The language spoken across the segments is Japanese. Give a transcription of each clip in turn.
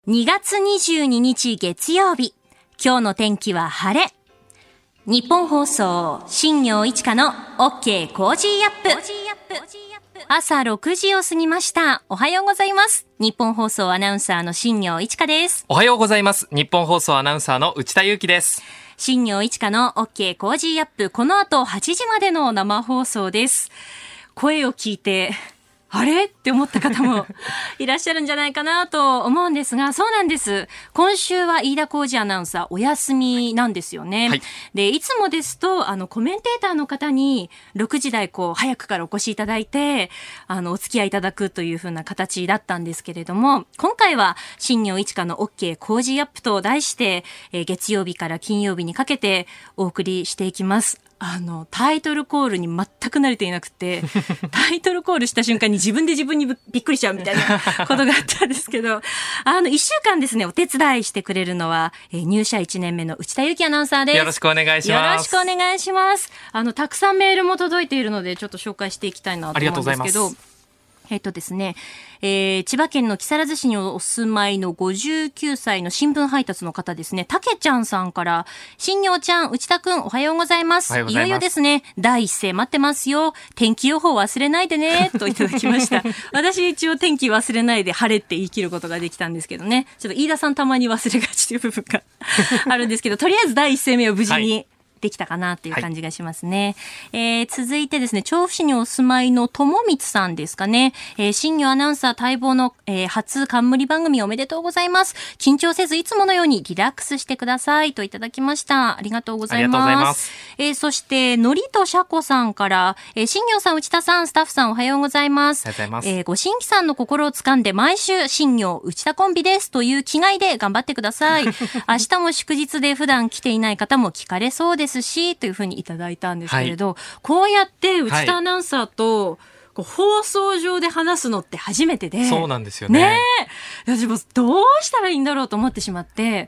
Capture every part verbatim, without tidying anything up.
にがつにじゅうににち月曜日、今日の天気は晴れ。日本放送新業一華の OK コージーアップ。朝ろくじを過ぎました。おはようございます。日本放送アナウンサーの新業一華です。 おはようございます。日本放送アナウンサーの内田裕樹です。 新業一華の OK コージーアップ、この後はちじまでの生放送です。声を聞いてあれって思った方もいらっしゃるんじゃないかなと思うんですが、そうなんです。今週は飯田浩二アナウンサーお休みなんですよね。はい、で、いつもですと、あの、コメンテーターの方にろくじ台こう、早くからお越しいただいて、あの、お付き合いいただくという風な形だったんですけれども、今回は新業一華の OK コージーアップと題して、えー、月曜日から金曜日にかけてお送りしていきます。あの、タイトルコールに全く慣れていなくて、タイトルコールした瞬間に自分で自分にびっくりしちゃうみたいなことがあったんですけど、あの、一週間ですね、お手伝いしてくれるのは、えー、入社いちねんめの内田裕樹アナウンサーです。 よろしくお願いします。 よろしくお願いします。あの、たくさんメールも届いているので、ちょっと紹介していきたいなと思うんですけど、 ありがとうございます。 えっとですね、えー、千葉県の木更津市にお住まいのごじゅうきゅうさいの新聞配達の方ですね、たけちゃんさんから、新業ちゃん、内田くん、おはようございます。 おはようございます。 いよいよですね、だい一声待ってますよ。天気予報忘れないでね、といただきました。私一応天気忘れないで晴れって言い切ることができたんですけどね、ちょっと飯田さんたまに忘れがちという部分があるんですけど、とりあえずだい一声目を無事に、はい、できたかなっていう感じがしますね。はい、えー、続いてですね、調布市にお住まいの友光さんですかね。えー、新業アナウンサー待望の、えー、初冠番組おめでとうございます。緊張せずいつものようにリラックスしてくださいといただきました。ありがとうございます。ありがとうございます。えー、そしてのりとしゃこさんから、えー、新業さん、内田さん、スタッフさんおはようございます。 おはようございます。 えー、ご新規さんの心を掴んで毎週新業内田コンビですという気概で頑張ってください。明日も祝日で普段来ていない方も聞かれそうですしというふうにいただいたんですけれど、はい、こうやって内田アナウンサーと、はい、こう放送上で話すのって初めてで、 そうなんですよね。 ねえ、私もどうしたらいいんだろうと思ってしまって、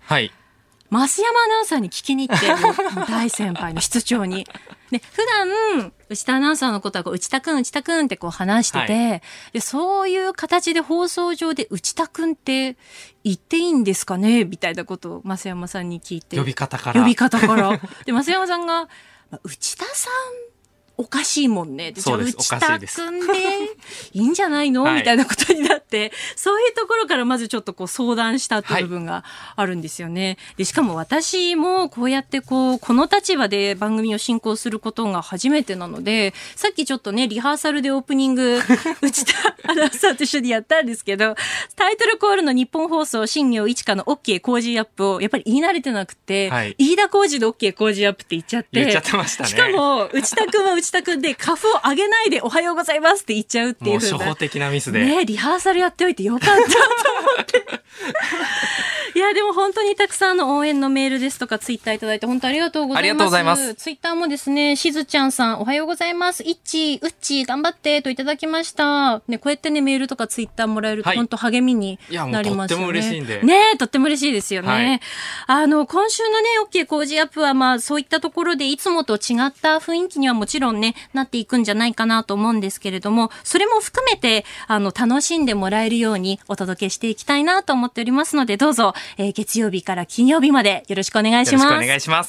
はい、増山アナウンサーに聞きに行って、もう大先輩の室長に。で、普段、内田アナウンサーのことはこう、内田くん、内田くんってこう話してて、はい、で、そういう形で放送上で内田くんって言っていいんですかねみたいなことを増山さんに聞いて。 呼び方から。 呼び方から。で、増山さんが、内田さん、おかしいもんね。 そうです。 じゃあ内田くんでいいんじゃないの、はい、みたいなことになって、そういうところからまずちょっとこう相談したっていう部分があるんですよね。はい、で、しかも私もこうやってこう、この立場で番組を進行することが初めてなので、さっきちょっとね、リハーサルでオープニング、内田アナウンサーと一緒にやったんですけど、タイトルコールの日本放送新業一華の OK コージーアップをやっぱり言い慣れてなくて、はい、飯田浩二の OK コージーアップって言っちゃって、 言っちゃってましたね。 しかも、内田くんは内田くんで、カフを上げないでおはようございますって言っちゃうっていう風な。 もう初歩的なミスで。 ね、リハーサルやっておいてよかったと思って。いや、でも本当にたくさんの応援のメールですとかツイッターいただいて本当ありがとうございます。 ありがとうございます。 ツイッターもですね、しずちゃんさんおはようございます。いっち、うっち、頑張ってといただきました。ね、こうやってね、メールとかツイッターもらえると本当励みになりますよね。いや、もうとっても嬉しいんで。ね、とっても嬉しいですよね。はい、あの、今週のね、OK コージーアップはまあそういったところでいつもと違った雰囲気にはもちろんね、なっていくんじゃないかなと思うんですけれども、それも含めて、あの、楽しんでもらえるようにお届けしていきたいなと思っておりますので、どうぞ、えー、月曜日から金曜日までよろしくお願いします。 よろしくお願いします。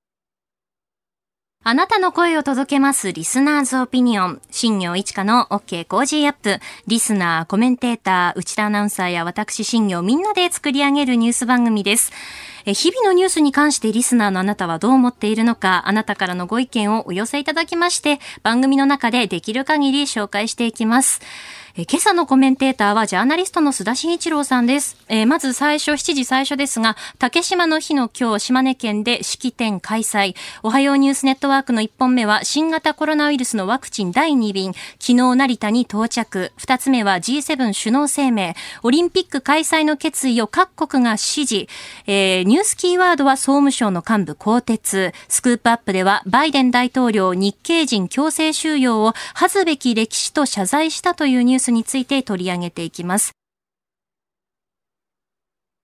あなたの声を届けますリスナーズオピニオン。新業一華の OK コージーアップ。リスナー、コメンテーター、内田アナウンサーや私新業みんなで作り上げるニュース番組です。日々のニュースに関してリスナーのあなたはどう思っているのか、あなたからのご意見をお寄せいただきまして、番組の中でできる限り紹介していきます。え今朝のコメンテーターはジャーナリストの須田慎一郎さんです。えー、まず最初しちじ最初ですが、竹島の日の今日、島根県で式典開催。おはようニュースネットワークのいっぽんめは新型コロナウイルスのワクチンだいに便、昨日成田に到着。ふたつめは ジーセブン 首脳声明、オリンピック開催の決意を各国が支持。えー、ニュースキーワードは総務省の幹部更迭。スクープアップではバイデン大統領日系人強制収容を恥ずべき歴史と謝罪したというニュースについて取り上げていきます。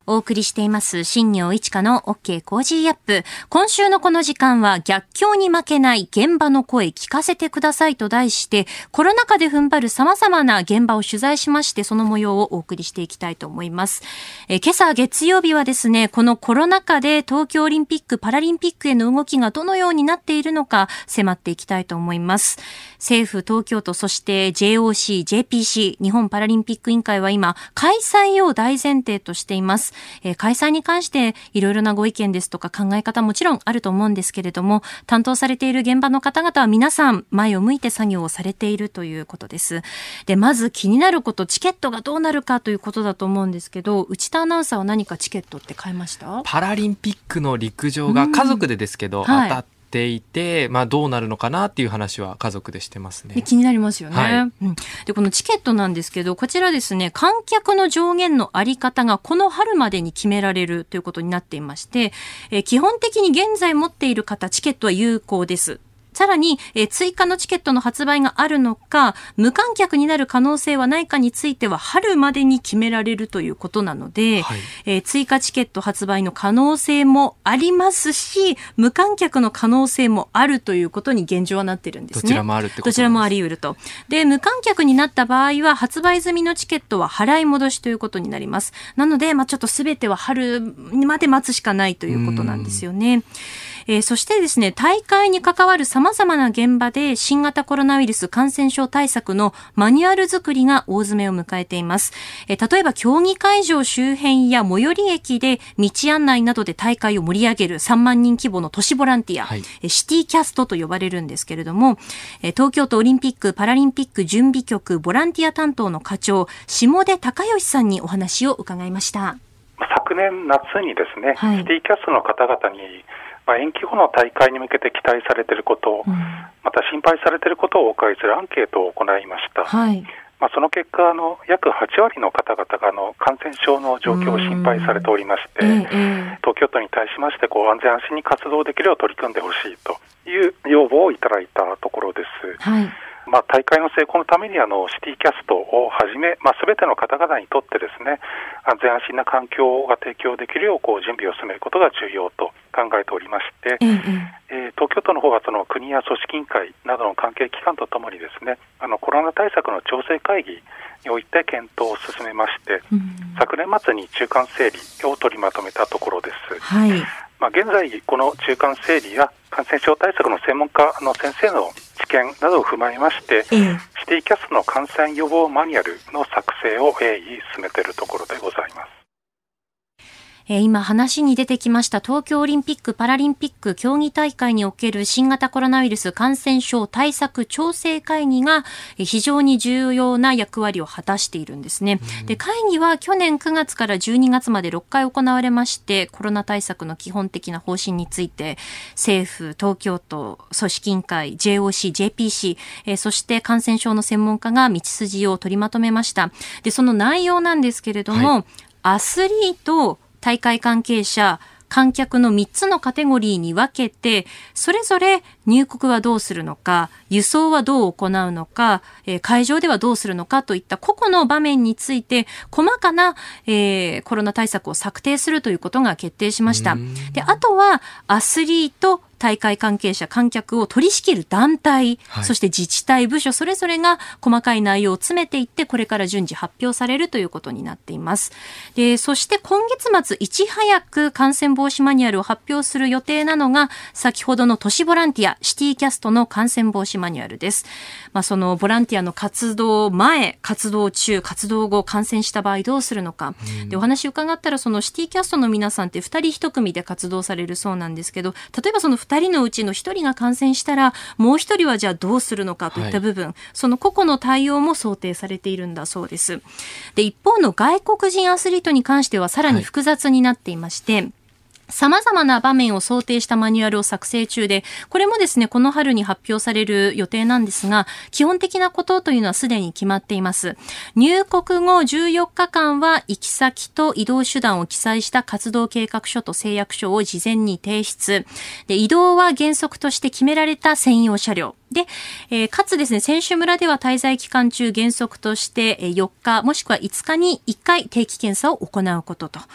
お送りしています新業一華の OK コージーアップ。今週のこの時間は逆境に負けない現場の声聞かせてくださいと題して、コロナ禍で踏ん張る様々な現場を取材しまして、その模様をお送りしていきたいと思います。え今朝月曜日はですね、このコロナ禍で東京オリンピック・パラリンピックへの動きがどのようになっているのか迫っていきたいと思います。政府、東京都、そして ジェイオーシー、ジェーピーシー、日本パラリンピック委員会は今、開催を大前提としています。えー、開催に関していろいろなご意見ですとか考え方もちろんあると思うんですけれども、担当されている現場の方々は皆さん前を向いて作業をされているということです。で、まず気になること、チケットがどうなるかということだと思うんですけど、内田アナウンサーは何かチケットって買いました？ パラリンピックの陸上が家族でですけど、うん、はい、当たっていて、まあ、どうなるのかなっていう話は家族でしてますね。 気になりますよね、 はい、 うん、でこのチケットなんですけど、こちらですね、観客の上限のあり方がこの春までに決められるということになっていまして、え基本的に現在持っている方チケットは有効です。さらに、えー、追加のチケットの発売があるのか、無観客になる可能性はないかについては春までに決められるということなので、はい、えー、追加チケット発売の可能性もありますし、無観客の可能性もあるということに現状はなってるんですね。 どちらもあるってことです。 どちらもあり得ると。で、無観客になった場合は発売済みのチケットは払い戻しということになります。なので、まあ、ちょっと全ては春まで待つしかないということなんですよね。えー、そしてですね、大会に関わる様々な現場で新型コロナウイルス感染症対策のマニュアル作りが大詰めを迎えています。えー、例えば競技会場周辺や最寄り駅で道案内などで大会を盛り上げるさんまんにん規模の都市ボランティア、はい、シティキャストと呼ばれるんですけれども、えー、東京都オリンピック・パラリンピック準備局ボランティア担当の課長、下出隆義さんにお話を伺いました。 昨年夏にですね、はい、シティキャストの方々に延期後の大会に向けて期待されていること、うん、また心配されていることをお伺いするアンケートを行いました。はい、まあ、その結果あの約はちわりの方々があの感染症の状況を心配されておりまして、うん、東京都に対しましてこう安全安心に活動できるよう取り組んでほしいという要望をいただいたところです。はい、まあ、大会の成功のためにあのシティキャストをはじめ、まあ、全ての方々にとってですね、安全安心な環境が提供できるようこう準備を進めることが重要と考えておりまして、うんうん、えー、東京都の方はその国や組織委員会などの関係機関とともにですね、あのコロナ対策の調整会議において検討を進めまして、うん、昨年末に中間整理を取りまとめたところです。はい、まあ、現在この中間整理や感染症対策の専門家の先生の知見などを踏まえまして、うん、シティキャストの感染予防マニュアルの作成を鋭意進めているところでございます。 今話に出てきました東京オリンピック・パラリンピック競技大会における新型コロナウイルス感染症対策調整会議が非常に重要な役割を果たしているんですね。で、会議は去年くがつからじゅうにがつまでろっかい行われまして、コロナ対策の基本的な方針について政府、東京都、組織委員会、ジェイオーシー、ジェーピーシー、えー、そして感染症の専門家が道筋を取りまとめました。で、その内容なんですけれども、はい、アスリート、大会関係者、観客のみっつのカテゴリーに分けて、それぞれ入国はどうするのか、輸送はどう行うのか、えー、会場ではどうするのかといった個々の場面について細かな、えー、コロナ対策を策定するということが決定しました。で、あとはアスリート、大会関係者、観客を取り仕切る団体、はい、そして自治体、部署それぞれが細かい内容を詰めていってこれから順次発表されるということになっています。で、そして今月末いち早く感染防止マニュアルを発表する予定なのが先ほどの都市ボランティアシティキャストの感染防止マニュアルです。まあ、そのボランティアの活動前、活動中、活動後感染した場合どうするのか。で、お話伺ったらそのシティキャストの皆さんってふたりいち組で活動されるそうなんですけど、例えばそのふたりのうちのひとりが感染したらもうひとりはじゃあどうするのかといった部分、はい、その個々の対応も想定されているんだそうです。で、一方の外国人アスリートに関してはさらに複雑になっていまして、はい、様々な場面を想定したマニュアルを作成中で、これもですね、この春に発表される予定なんですが、基本的なことというのはすでに決まっています。入国後じゅうよっかかんは行き先と移動手段を記載した活動計画書と誓約書を事前に提出。で、移動は原則として決められた専用車両。で、えー、かつですね、選手村では滞在期間中原則としてよっかもしくはいつかにいっかい定期検査を行うことと。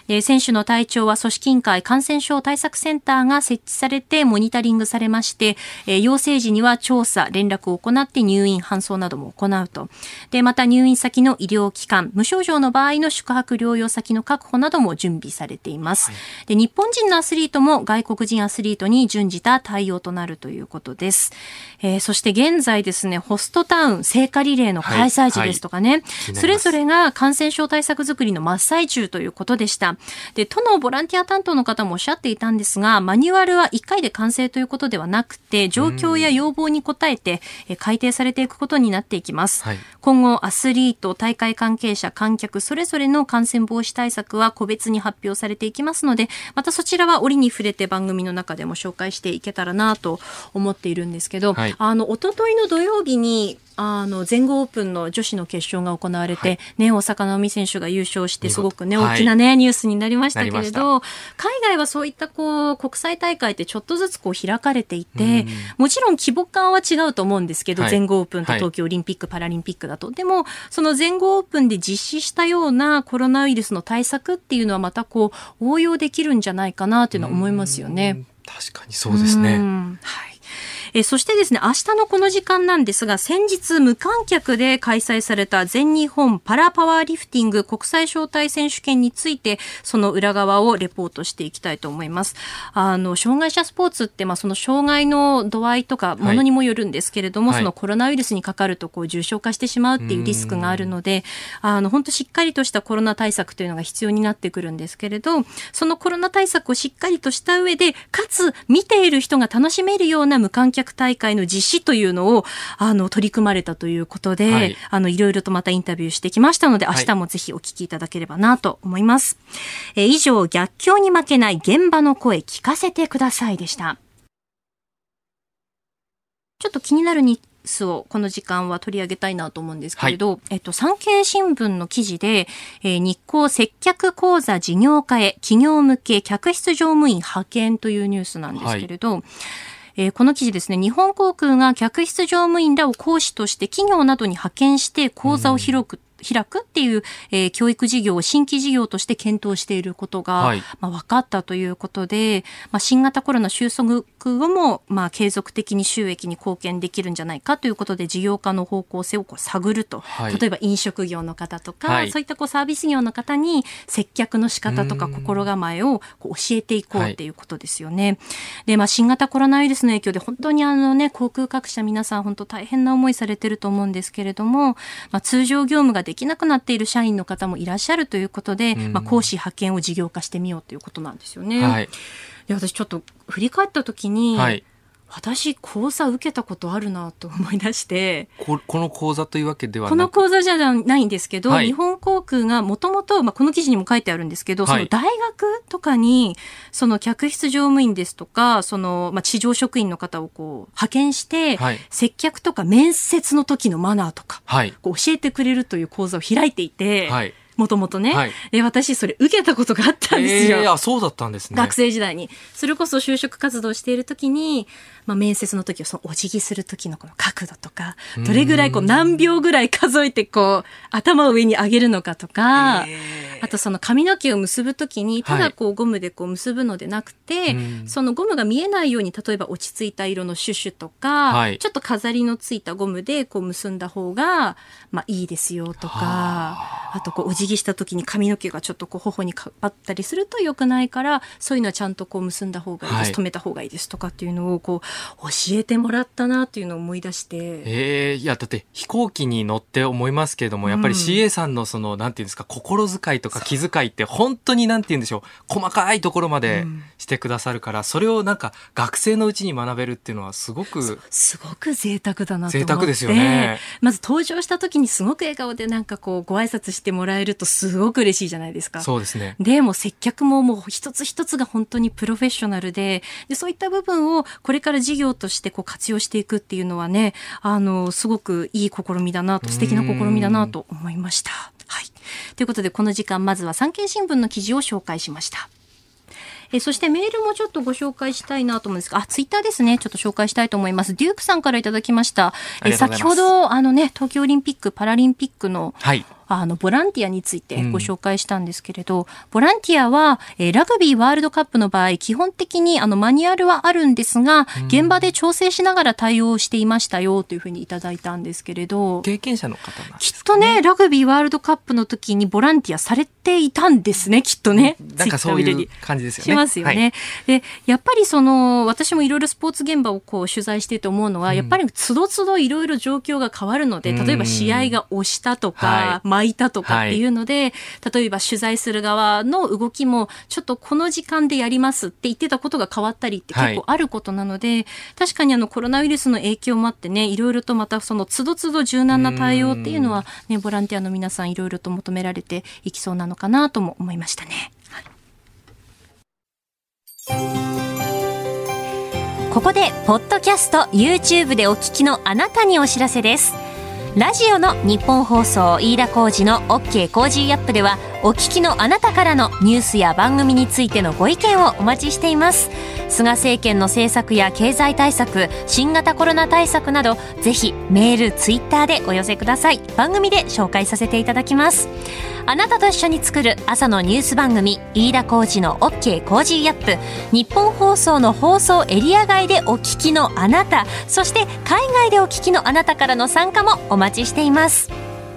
で選手の体調は組織委員会感染症対策センターが設置されてモニタリングされまして、えー、陽性時には調査連絡を行って入院搬送なども行うと。でまた入院先の医療機関、無症状の場合の宿泊療養先の確保なども準備されています、はい、で日本人のアスリートも外国人アスリートに準じた対応となるということです、えー、そして現在ですね、ホストタウン聖火リレーの開催地ですとかね、はいはい、それぞれが感染症対策作りの真っ最中ということでした。で都のボランティア担当の方もおっしゃっていたんですが、マニュアルはいっかいで完成ということではなくて、状況や要望に応えて改定されていくことになっていきます、はい、今後アスリート、大会関係者、観客それぞれの感染防止対策は個別に発表されていきますので、またそちらは折に触れて番組の中でも紹介していけたらなと思っているんですけど、はい、あの一昨日の土曜日にあの全豪オープンの女子の決勝が行われて、はいね、大坂なおみ選手が優勝してすごく、ね、大きな、ね、ニュースになりましたけれど、海外はそういったこう国際大会ってちょっとずつこう開かれていて、もちろん規模感は違うと思うんですけど、はい、全豪オープンと東京オリンピック、はい、パラリンピックだと。でもその全豪オープンで実施したようなコロナウイルスの対策っていうのはまたこう応用できるんじゃないかなというのは思いますよね。 確かにそうですね。 はい、えそしてですね、明日のこの時間なんですが、先日無観客で開催された全日本パラパワーリフティング国際招待選手権について、その裏側をレポートしていきたいと思います。あの障害者スポーツって、まあ、その障害の度合いとかものにもよるんですけれども、はい、そのコロナウイルスにかかるとこう重症化してしまうっていうリスクがあるので、あの本当しっかりとしたコロナ対策というのが必要になってくるんですけれど、そのコロナ対策をしっかりとした上で、かつ見ている人が楽しめるような無観客大会の実施というのをあの取り組まれたということで、はい、あのいろいろとまたインタビューしてきましたので、明日もぜひお聞きいただければなと思います、はい、え以上、逆境に負けない現場の声聞かせてくださいでした。ちょっと気になるニュースをこの時間は取り上げたいなと思うんですけれど、はい、えっと、産経新聞の記事で、えー、日光接客講座事業化へ企業向け客室乗務員派遣というニュースなんですけれど、はい、えー、この記事ですね、日本航空が客室乗務員らを講師として企業などに派遣して講座を広く、うん開くっていう、えー、教育事業を新規事業として検討していることが、はい、まあ、分かったということで、まあ、新型コロナ収束後も、まあ、継続的に収益に貢献できるんじゃないかということで、事業化の方向性をこう探ると、はい、例えば飲食業の方とか、はい、そういったこうサービス業の方に接客の仕方とか心構えをこう教えていこうっていうことですよね、はい、で、まあ、新型コロナウイルスの影響で本当にあの、ね、航空各社皆さん本当大変な思いされてると思うんですけれども、まあ、通常業務ができなくなっている社員の方もいらっしゃるということで、まあ、講師派遣を事業化してみようということなんですよね、はい、で私ちょっと振り返った時に、はい、私講座受けたことあるなと思い出して、 こ, この講座というわけではなく、 この講座じゃないんですけど、はい、日本航空がもともとこの記事にも書いてあるんですけど、はい、その大学とかにその客室乗務員ですとか、その、まあ、地上職員の方をこう派遣して、はい、接客とか面接の時のマナーとか、はい、こう教えてくれるという講座を開いていて、はい、もともとね、はい、で私それ受けたことがあったんですよ、 えー、あ、そうだったんですね。 学生時代にそれこそ就職活動している時に、まあ、面接の時はそのお辞儀する時のこの角度とか、どれぐらいこう何秒ぐらい数えてこう頭を上に上げるのかとか、えー、あとその髪の毛を結ぶ時にただこうゴムでこう結ぶのでなくて、はい、そのゴムが見えないように例えば落ち着いた色のシュシュとか、はい、ちょっと飾りのついたゴムでこう結んだ方が、まあ、いいですよとか、あとこうお辞儀した時に髪の毛がちょっとこう頬にかかったりすると良くないから、そういうのはちゃんとこう結んだ方がいいです、はい、止めた方がいいですとかっていうのをこう教えてもらったなっていうのを思い出して、 えー、いやだって飛行機に乗って思いますけれども、やっぱり シーエー さんのそのなんていうんですか、心遣いとか気遣いって本当になんていうんでしょう、細かいところまでしてくださるから、うん、それをなんか学生のうちに学べるっていうのはすごくすごく贅沢だなと思って、 贅沢ですよね。 まず登場した時にすごく笑顔でなんかこうご挨拶してもらえるとすごく嬉しいじゃないですか。 そうですね。 でも接客ももう一つ一つが本当にプロフェッショナルで、でそういった部分をこれから事業としてこう活用していくっていうのはね、あのすごくいい試みだなと、素敵な試みだなと思いました。はい。ということでこの時間まずは産経新聞の記事を紹介しました。えそしてメールもちょっとご紹介したいなと思うんですが、あ、ツイッターですね。ちょっと紹介したいと思います。デュークさんからいただきました。え先ほどあのね、東京オリンピックパラリンピックの、はい、 あのボランティアについてご紹介したんですけれど、うん、ボランティアは、えー、ラグビーワールドカップの場合基本的にあのマニュアルはあるんですが、うん、現場で調整しながら対応していましたよというふうにいただいたんですけれど、 経験者の方なんですかね。 きっとねラグビーワールドカップの時にボランティアされていたんですね、きっとね。 なんかそういう感じですよね。 しますよね、はい、でやっぱりその私もいろいろスポーツ現場をこう取材していて思うのは、うん、やっぱりつどつどいろいろ状況が変わるので、例えば試合が押したとか、はい、巻いたとかっていうので、はい、例えば取材する側の動きもちょっとこの時間でやりますって言ってたことが変わったりって結構あることなので、はい、確かにあのコロナウイルスの影響もあってね、いろいろとまたそのつどつど柔軟な対応っていうのは、ね、ボランティアの皆さんいろいろと求められていきそうなのかなとも思いましたね。ここでポッドキャスト YouTube でお聞きのあなたにお知らせです。ラジオの日本放送飯田浩司の OK コージーアップでは、お聞きのあなたからのニュースや番組についてのご意見をお待ちしています。菅政権の政策や経済対策、新型コロナ対策など、ぜひメール、ツイッターでお寄せください。番組で紹介させていただきます。あなたと一緒に作る朝のニュース番組、飯田浩司の OK コージーアップ。日本放送の放送エリア外でお聞きのあなた、そして海外でお聞きのあなたからの参加もお待ちしています。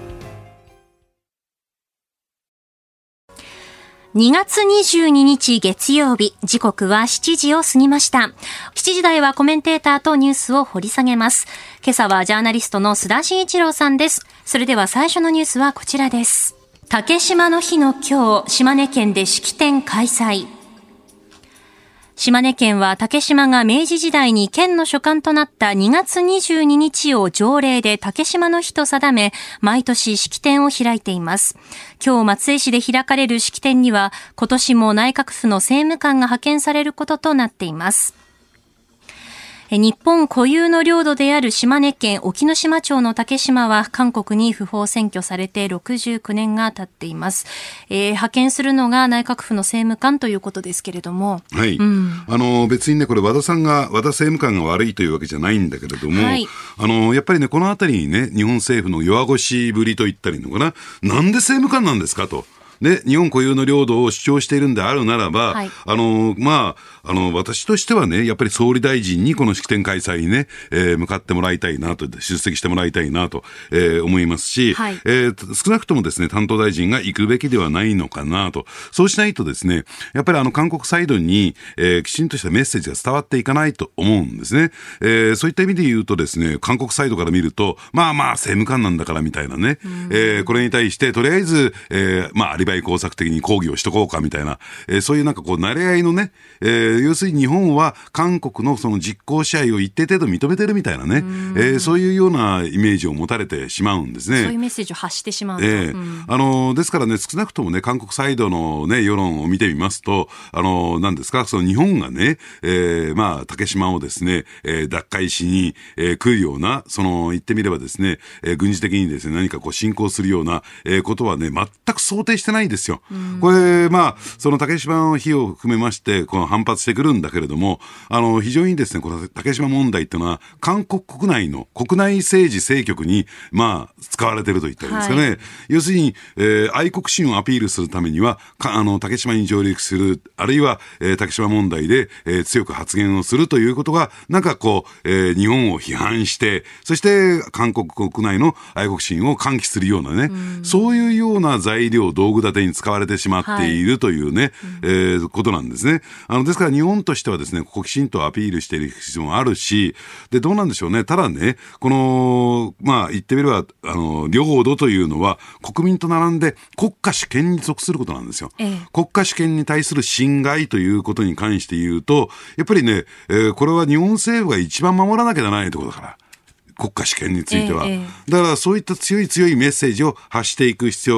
にがつにじゅうににち月曜日、時刻はしちじを過ぎました。しちじ台はコメンテーターとニュースを掘り下げます。今朝はジャーナリストの須田慎一郎さんです。それでは最初のニュースはこちらです。竹島の日の今日、島根県で式典開催。島根県は竹島が明治時代に県の所管となったにがつにじゅうににちを条例で竹島の日と定め、毎年式典を開いています。今日松江市で開かれる式典には、今年も内閣府の政務官が派遣されることとなっています。日本固有の領土である島根県隠岐の島町の竹島は韓国に不法占拠されてろくじゅうきゅうねんが経っています。えー、派遣するのが内閣府の政務官ということですけれども、 はい、うん、あの別にねこれ和田さんが和田政務官が悪いというわけじゃないんだけれども、はい、あのやっぱりねこのあたりにね日本政府の弱腰ぶりといったりのかな、なんで政務官なんですかと。で日本固有の領土を主張しているんであるならば、はい、あのまあ、あの私としてはねやっぱり総理大臣にこの式典開催にね、えー、向かってもらいたいなと、出席してもらいたいなと、えー、思いますし、はい、えー、少なくともですね担当大臣が行くべきではないのかなと。そうしないとですねやっぱりあの韓国サイドに、えー、きちんとしたメッセージが伝わっていかないと思うんですね。えー、そういった意味で言うとですね韓国サイドから見るとまあまあ政務官なんだからみたいなね、えー、これに対してとりあえず、えー、まあアリバイ工作的に抗議をしとこうかみたいな、えー、そういうなんかこう慣れ合いのね、えー、要するに日本は韓国のその実効支配を一定程度認めてるみたいなね、えー、そういうようなイメージを持たれてしまうんですね。 そういうメッセージを発してしまうと、 えーうん、あのですからね少なくともね韓国サイドのね世論を見てみますと、あの何ですかその日本がね、えー、まあ竹島をですね、えー、奪回しに、えー、来るようなその言ってみればですね、えー、軍事的にですね何かこう侵攻するような、えー、ことはね全く想定してないんですよ。これまあその竹島の日を含めましてこの反発してくるんだけれども、あの非常にですねこの竹島問題っていうのは韓国国内の国内政治政局にまあ使われているといったんですかね、はい、要するに、えー、愛国心をアピールするためにはかあの竹島に上陸する、あるいは、えー、竹島問題で、えー、強く発言をするということがなんかこう、えー、日本を批判してそして韓国国内の愛国心を喚起するようなね、うん、そういうような材料道具立てに使われてしまっているというね、はい、えー、ことなんですね。あのですから日本としてはですねここきちんとアピールしている必要もあるし、でどうなんでしょうね。ただねこのまあ言ってみればあの領土というのは国民と並んで国家主権に属することなんですよ、ええ、国家主権に対する侵害ということに関して言うとやっぱりね、えー、これは日本政府が一番守らなきゃならないところだから国家主権については、ええ、だからそういった強い強いメッセージを発していく必要が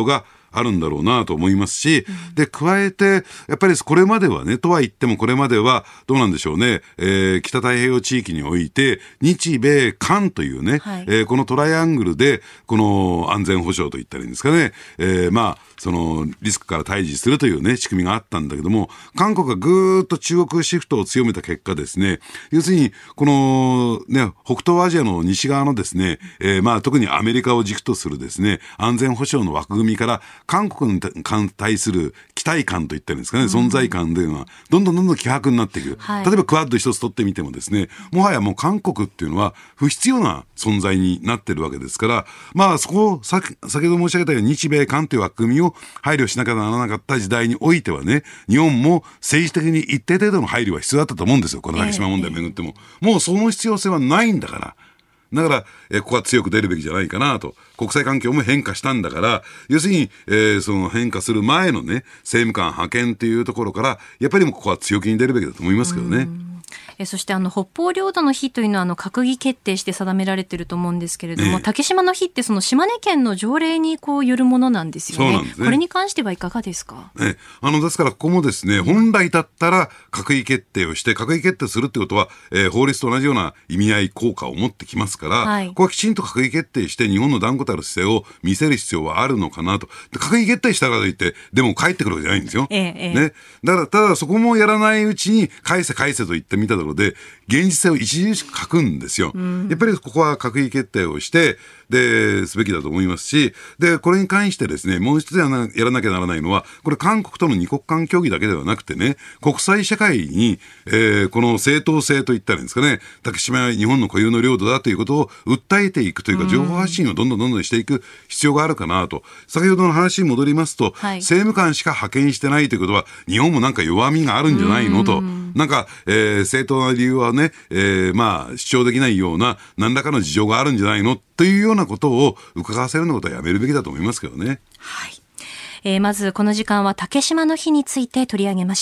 あるんだろうなと思いますし、うん、で、加えて、やっぱりこれまではね、とは言ってもこれまでは、どうなんでしょうね、えー、北太平洋地域において、日米韓というね、はい、えー、このトライアングルで、この安全保障といったらいいんですかね、えー、まあ、そのリスクから対峙するというね、仕組みがあったんだけども、韓国がぐーっと中国シフトを強めた結果ですね、要するに、このね、北東アジアの西側のですね、えー、まあ特にアメリカを軸とするですね、安全保障の枠組みから韓国に対する期待感といったらいいんですかね、うん、存在感というのは、どんどんどんどん希薄になっていく。はい、例えばクアッド一つ取ってみてもですね、もはやもう韓国っていうのは不必要な存在になってるわけですから、まあそこを先、先ほど申し上げたように日米韓という枠組みを配慮しなきゃならなかった時代においてはね、日本も政治的に一定程度の配慮は必要だったと思うんですよ。この竹島問題をめぐっても、えー、もうその必要性はないんだから。だから、えー、ここは強く出るべきじゃないかなと。国際環境も変化したんだから、要するに、えー、その変化する前のね、政務官派遣というところから、やっぱりもうここは強気に出るべきだと思いますけどね。 えそしてあの北方領土の日というのはあの閣議決定して定められていると思うんですけれども、ね、竹島の日ってその島根県の条例にこうよるものなんですよ ね, そうなんですね。これに関してはいかがですか。 ね、あのですからここもですね、本来だったら閣議決定をして閣議決定するってことは、えー、法律と同じような意味合い効果を持ってきますから、はい、ここはきちんと閣議決定して日本の断固たる姿勢を見せる必要はあるのかなと。で閣議決定したからといってでも帰ってくるわけじゃないんですよ、ええね、だからただそこもやらないうちに返せ返せと言ってみたので現実性を著しく欠くんですよ、うん、やっぱりここは閣議決定をしてですべきだと思いますし、でこれに関してですね、もう一つやらなきゃならないのは、これ韓国との二国間協議だけではなくてね、国際社会に、えー、この正当性といったらいいんですかね、竹島は日本の固有の領土だということを訴えていくというか、情報発信をどんどんどんどんしていく必要があるかなと。先ほどの話に戻りますと、はい、政務官しか派遣してないということは、日本もなんか弱みがあるんじゃないのと、なんか、えー、正当な理由はね、えー、まあ主張できないような何らかの事情があるんじゃないのというようなことを伺わせるようなことはやめるべきだと思いますけどね。 はい、えー、まずこの時間は竹島の日について取り上げました。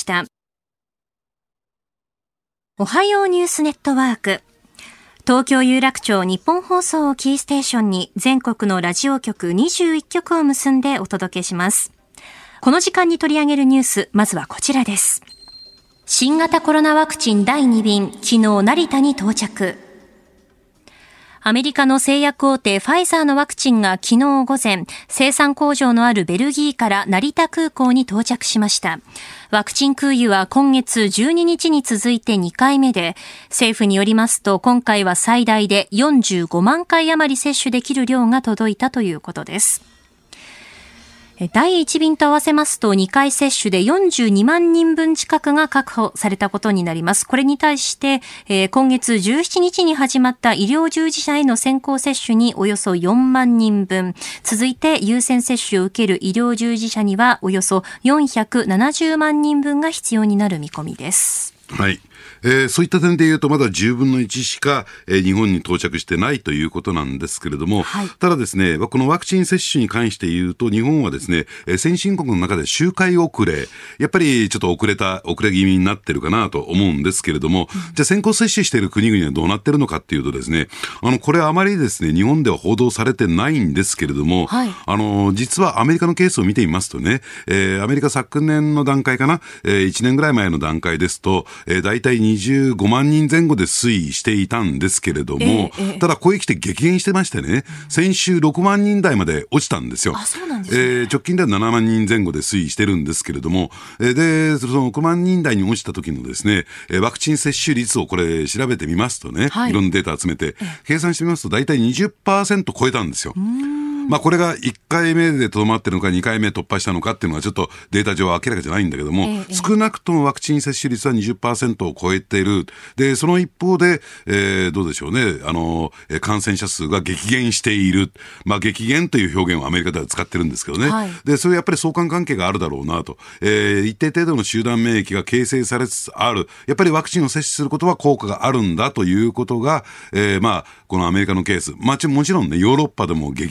おはようニュースネットワーク、東京有楽町日本放送をキーステーションに全国のラジオ局にじゅういっきょくを結んでお届けします。この時間に取り上げるニュース、まずはこちらです。新型コロナワクチンだいにびん、昨日成田に到着。アメリカの製薬大手ファイザーのワクチンが昨日午前、生産工場のあるベルギーから成田空港に到着しました。ワクチン空輸は今月じゅうににちに続いてにかいめで、政府によりますと今回は最大でよんじゅうごまんかい余り接種できる量が届いたということです。だいいちびんと合わせますとにかい接種でよんじゅうにまんにんぶん近くが確保されたことになります。これに対して、えー、今月じゅうしちにちに始まった医療従事者への先行接種におよそよんまんにんぶん、続いて優先接種を受ける医療従事者にはおよそよんひゃくななじゅうまんにんぶんが必要になる見込みです。 はい。えー、そういった点で言うとまだじゅうぶんのいちしか、えー、日本に到着してないということなんですけれども、はい、ただですね、このワクチン接種に関して言うと日本はですね、えー、先進国の中で周回遅れ、やっぱりちょっと遅れた遅れ気味になってるかなと思うんですけれども、うん、じゃあ先行接種している国々はどうなってるのかっていうとですね、あのこれはあまりですね日本では報道されてないんですけれども、はい、あの実はアメリカのケースを見てみますとね、えー、アメリカ昨年の段階かな、えー、いちねんぐらい前の段階ですと、えー、大体にじゅうごまんにんぜん後で推移していたんですけれども、えーえー、ただここへ来て激減してましてね、先週ろくまんにん台まで落ちたんですよ。 あ、そうなんですね。 えー、直近ではななまんにんぜん後で推移してるんですけれども、えー、でそのろくまんにん台に落ちた時のですね、ワクチン接種率をこれ調べてみますとね、はい、いろんなデータ集めて計算してみますと大体 にじゅっパーセント 超えたんですよ。うーん、まあ、これがいっかいめでとどまってるのかにかいめ突破したのかっていうのはちょっとデータ上は明らかじゃないんだけども、ええ、少なくともワクチン接種率は にじゅっパーセント を超えている。でその一方で、えー、どうでしょうね、あの感染者数が激減している、まあ、激減という表現をアメリカでは使ってるんですけどね、はい、でそれやっぱり相関関係があるだろうなと、えー、一定程度の集団免疫が形成されつつある、やっぱりワクチンを接種することは効果があるんだということが、えー、まあこのアメリカのケース、まあ、もちろんねヨーロッパでも激減してます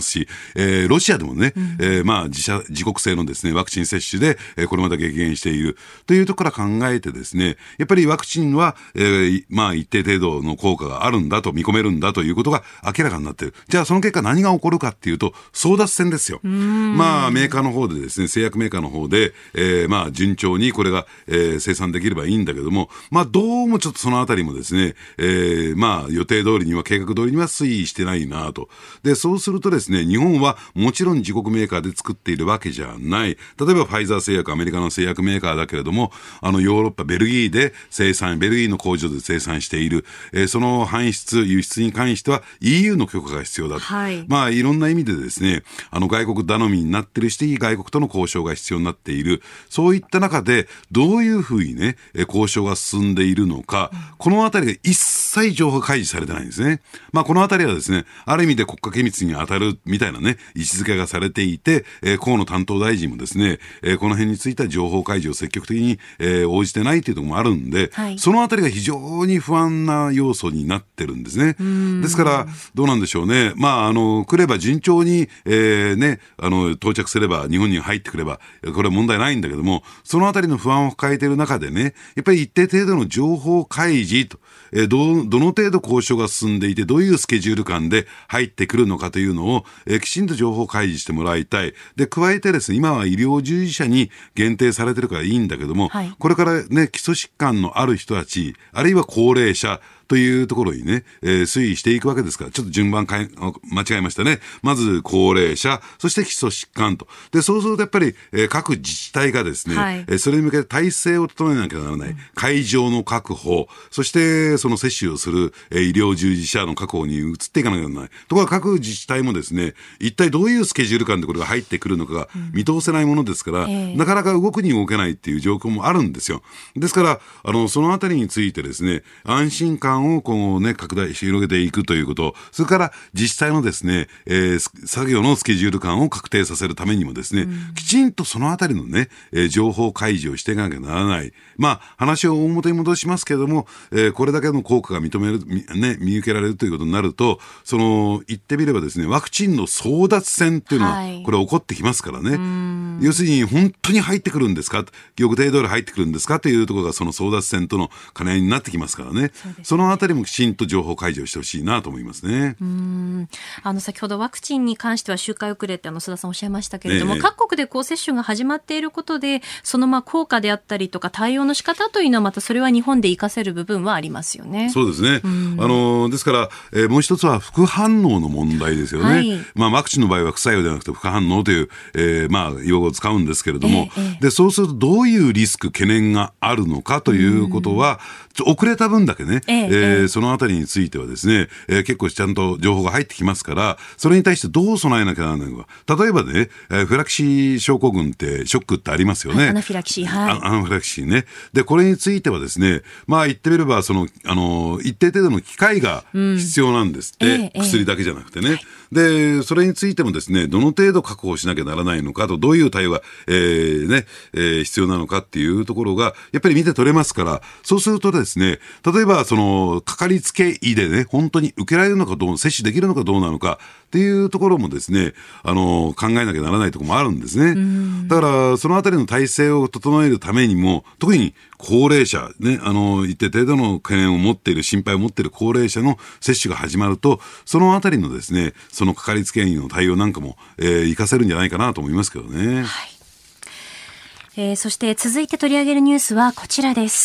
ますし、えー、ロシアでもね、うんえー、まあ自社自国製のですねワクチン接種で、えー、これまで激減しているというところから考えてですね、やっぱりワクチンは、えー、まあ一定程度の効果があるんだと見込めるんだということが明らかになっている。じゃあその結果何が起こるかっていうと争奪戦ですよ。まあメーカーの方でですね、製薬メーカーの方で、えー、まあ順調にこれが、えー、生産できればいいんだけども、まあどうもちょっとそのあたりもですね、えー、まあ予定通りには計画通りには推移してないなと。でそうするとですね、日本はもちろん自国メーカーで作っているわけじゃない。例えばファイザー製薬、アメリカの製薬メーカーだけれども、あのヨーロッパベルギーで生産、ベルギーの工場で生産している、えー、その搬出輸出に関しては イーユー の許可が必要だと、はい、まあいろんな意味でですね、あの外国頼みになっているし、外国との交渉が必要になっている。そういった中でどういうふうにね、交渉が進んでいるのか、うん、このあたりが一切情報開示されてないんですね。まあこのあたりはですね、ある意味で国家機密に当たるみたいなね、位置づけがされていて、えー、河野担当大臣もですね、えー、この辺については情報開示を積極的に、えー、応じてないというところもあるんで、はい、そのあたりが非常に不安な要素になってるんですね。ですからどうなんでしょうね。まああの来れば順調に、えー、ね、あの到着すれば日本に入ってくればこれは問題ないんだけども、そのあたりの不安を抱えている中でね、やっぱり一定程度の情報開示と、えー、ど, どの程度交渉が進んでいてどういうスケジュール感で入ってくるのかというのを、えー、きちんと情報開示してもらいたい。で加えてですね、今は医療従事者に限定されてるからいいんだけども、はい、これからね基礎疾患のある人たち、あるいは高齢者というところにね、えー、推移していくわけですから、ちょっと順番間違えましたね。まず高齢者、そして基礎疾患と。で、そうするとやっぱり、えー、各自治体がですね、はい、えー、それに向けて体制を整えなきゃならない。うん、会場の確保、そしてその接種をする、えー、医療従事者の確保に移っていかなきゃならない。ところが各自治体もですね、一体どういうスケジュール感でこれが入ってくるのかが見通せないものですから、うん、えー、なかなか動くに動けないっていう状況もあるんですよ。ですから、あの、そのあたりについてですね、安心感を今後ね、拡大し広げていくということ、それから自治体のですね、えー、作業のスケジュール感を確定させるためにもですね、うん、きちんとそのあたりのね、えー、情報開示をしていかなきゃならない。まあ、話を大元に戻しますけれども、えー、これだけの効果が認める、ね、見受けられるということになると、その、言ってみればですね、ワクチンの争奪戦っていうのは、はい、これ起こってきますからね。要するに、本当に入ってくるんですか、予定通り入ってくるんですかというところが、その争奪戦との兼ね合いになってきますからね。そ, ねそのあたりもきちんと情報開示をしてほしいなと思いますね。 うーん、あの先ほどワクチンに関しては周回遅れってあの須田さんおっしゃいましたけれども、ええ、各国でこう接種が始まっていることでそのまあ効果であったりとか対応の仕方というのはまたそれは日本で活かせる部分はありますよね。 そうですね。あのですから、えー、もう一つは副反応の問題ですよね。はい、まあ、ワクチンの場合は副作用ではなくて副反応という、えー、まあ用語を使うんですけれども、ええ、でそうするとどういうリスク懸念があるのかということは遅れた分だけね、えええー、そのあたりについてはですね、えー、結構ちゃんと情報が入ってきますから、それに対してどう備えなきゃならないのか。例えばね、えー、フラキシー症候群ってショックってありますよね。 アナフィラキシー、はい。 アナフィラキシーね。でこれについてはですね、まあ言ってみればそのあの一定程度の機械が必要なんですって、うんええ、薬だけじゃなくてね。はい、でそれについてもですね、どの程度確保しなきゃならないのかと、どういう対応が、えーねえー、必要なのかっていうところがやっぱり見て取れますから、そうするとですね、例えばそのかかりつけ医でね、本当に受けられるのかどう、接種できるのかどうなのかっていうところもですね、あの考えなきゃならないところもあるんですね。だからそのあたりの体制を整えるためにも、特に高齢者ね、あの一定程度の懸念を持っている、心配を持っている高齢者の接種が始まると、そのあたりのですね、そのかかりつけ医の対応なんかも、えー、活かせるんじゃないかなと思いますけどね。はい、 えー、そして続いて取り上げるニュースはこちらです。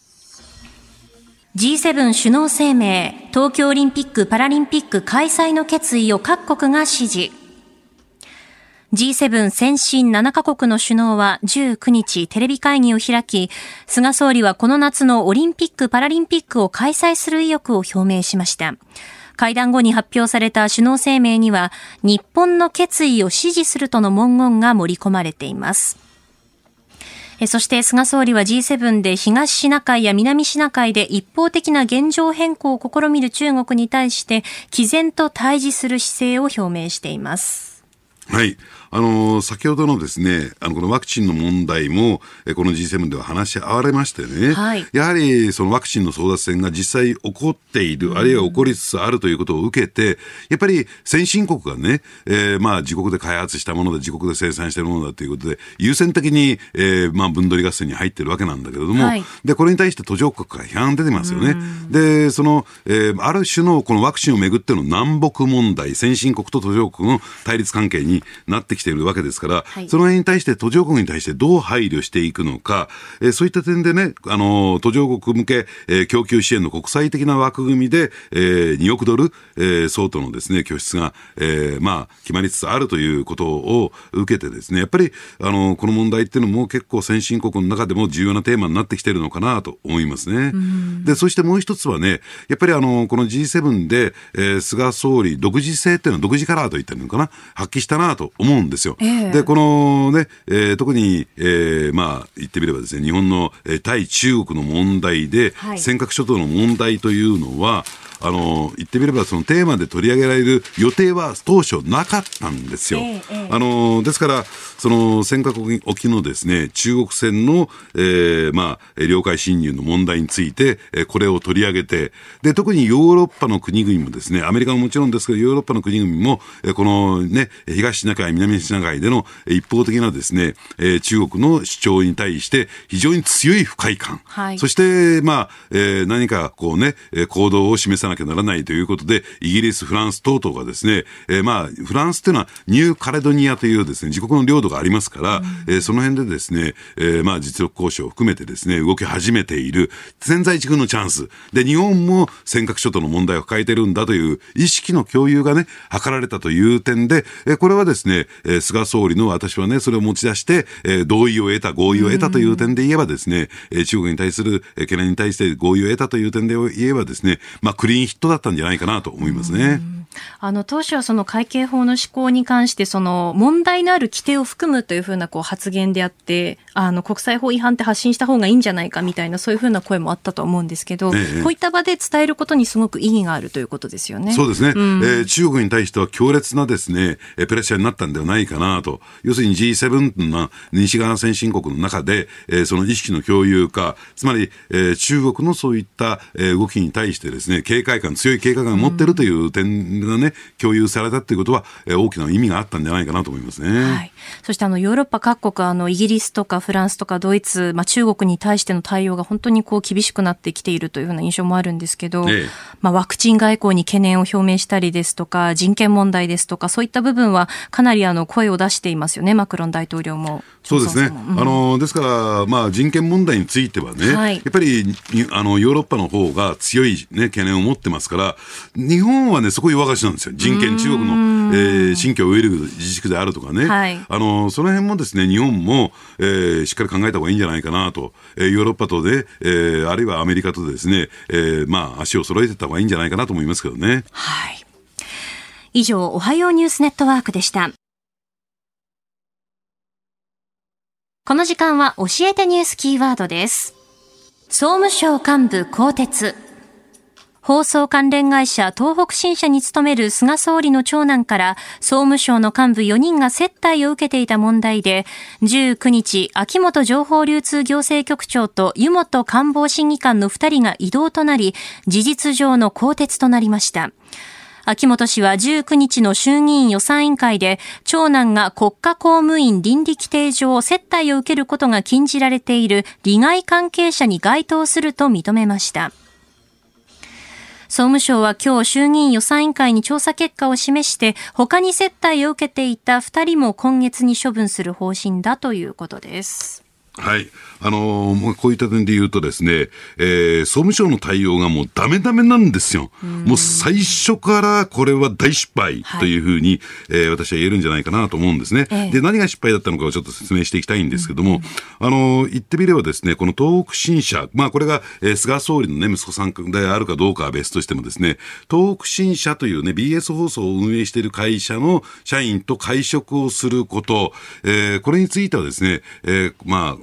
ジーセブン 首脳声明、東京オリンピック・パラリンピック開催の決意を各国が支持。ジーセブン 先進ななカ国の首脳はじゅうくにちテレビ会議を開き、菅総理はこの夏のオリンピック・パラリンピックを開催する意欲を表明しました。会談後に発表された首脳声明には、日本の決意を支持するとの文言が盛り込まれています。そして菅総理は ジーセブン で東シナ海や南シナ海で一方的な現状変更を試みる中国に対して毅然と対峙する姿勢を表明しています。 はい。 あの先ほどのですね、あのこのワクチンの問題もこの ジーセブン では話し合われましてね、はい、やはりそのワクチンの争奪戦が実際起こっている、あるいは起こりつつあるということを受けて、やっぱり先進国がね、えー、まあ自国で開発したもので自国で生産しているものだということで優先的に、えー、まあ分取り合戦に入っているわけなんだけれども、はい、でこれに対して途上国から批判出てますよね。でその、えー、ある種のこのワクチンをめぐっての南北問題、先進国と途上国の対立関係になってきているわけですから、はい、その辺に対して途上国に対してどう配慮していくのか、えー、そういった点でね、あの途上国向け、えー、供給支援の国際的な枠組みで、えー、におくドル、えー、相当のですね拠出が、えー、まあ決まりつつあるということを受けてですね、やっぱりあのこの問題っていうのも結構先進国の中でも重要なテーマになってきているのかなと思いますね。でそしてもう一つはね、やっぱりあのこの ジーセブン で、えー、菅総理独自性っていうのは独自カラーといったのかな、発揮したなと思うんですよ。えー、でこのね、えー、特に、えー、まあ言ってみればですね、日本の、えー、対中国の問題で、はい、尖閣諸島の問題というのはあの言ってみればそのテーマで取り上げられる予定は当初なかったんですよ。えーえー、あのですからその尖閣沖のですね中国船の、えーまあ、領海侵入の問題について、えー、これを取り上げて、で特にヨーロッパの国々もですね、アメリカももちろんですけどヨーロッパの国々も、えー、このね東シナ海南シナ海での一方的なですね、えー、中国の主張に対して非常に強い不快感、はい、そしてまあ、えー、何かこうね行動を示さなきゃならないということでイギリス、フランス等々がですね、えー、まあフランスというのはニューカレドニアというですね自国の領土がありますから、うんえー、その辺でですね、えー、まあ実力交渉を含めてですね動き始めている千載一遇のチャンスで、日本も尖閣諸島の問題を抱えているんだという意識の共有がね図られたという点で、えー、これはですね、えー、菅総理の私はねそれを持ち出して、えー、同意を得た合意を得たという点で言えばですね、えー、中国に対する懸念に対して合意を得たという点で言えばですね、まあクリーンヒットだったんじゃないかなと思いますね。 あの当初はその海警法の施行に関してその問題のある規定を含むというふうなこう発言であって、あの国際法違反って発信した方がいいんじゃないかみたいなそういうふうな声もあったと思うんですけど、ええ、こういった場で伝えることにすごく意義があるということですよね。 そうですね、うんえー、中国に対しては強烈なですねプレッシャーになったんではないかなと。要するに ジーセブン の西側先進国の中で、えー、その意識の共有化、つまり、えー、中国のそういった、えー、動きに対してですね警戒感、強い警戒感を持っているという点がね共有されたということは、えー、大きな意味があったんじゃないかなと思いますね。はい、 そしてあのヨーロッパ各国、あのイギリスとかフランスとかドイツ、まあ、中国に対しての対応が本当にこう厳しくなってきているというふうな印象もあるんですけど、ええまあ、ワクチン外交に懸念を表明したりですとか人権問題ですとかそういった部分はかなりあの声を出していますよね、マクロン大統領も。 そうですね、うん、あのですから、まあ、人権問題についてはね、はい、やっぱりあのヨーロッパの方が強い、ね、懸念を持ってますから、日本はねそこ弱がちなんですよ。人権、中国の、えー、新疆ウイグル自治区であるとかね、はい、あのその辺もですね日本も、えー、しっかり考えた方がいいんじゃないかなと、えー、ヨーロッパとで、えー、あるいはアメリカとですね、えー、まあ足を揃えていった方がいいんじゃないかなと思いますけどね。 はい、以上おはようニュースネットワークでした。この時間は教えてニュースキーワードです。総務省幹部更迭。放送関連会社東北新社に勤める菅総理の長男から総務省の幹部よにんが接待を受けていた問題で、じゅうくにち秋本情報流通行政局長と湯本官房審議官のふたりが異動となり、事実上の更迭となりました。秋本氏はじゅうくにちの衆議院予算委員会で、長男が国家公務員倫理規定上接待を受けることが禁じられている利害関係者に該当すると認めました。総務省は今日衆議院予算委員会に調査結果を示して、他に接待を受けていたふたりも今月に処分する方針だということです。 はい。あのー、こういった点で言うとですね、えー、総務省の対応がもうダメダメなんですよ。うもう最初からこれは大失敗というふうに、はいえー、私は言えるんじゃないかなと思うんですね。ええ、で、何が失敗だったのかをちょっと説明していきたいんですけども、うん、あのー、言ってみればですね、この東北新社、まあこれが、えー、菅総理のね、息子さんであるかどうかは別としてもですね、東北新社というね、ビーエス 放送を運営している会社の社員と会食をすること、えー、これについてはですね、えー、まあ、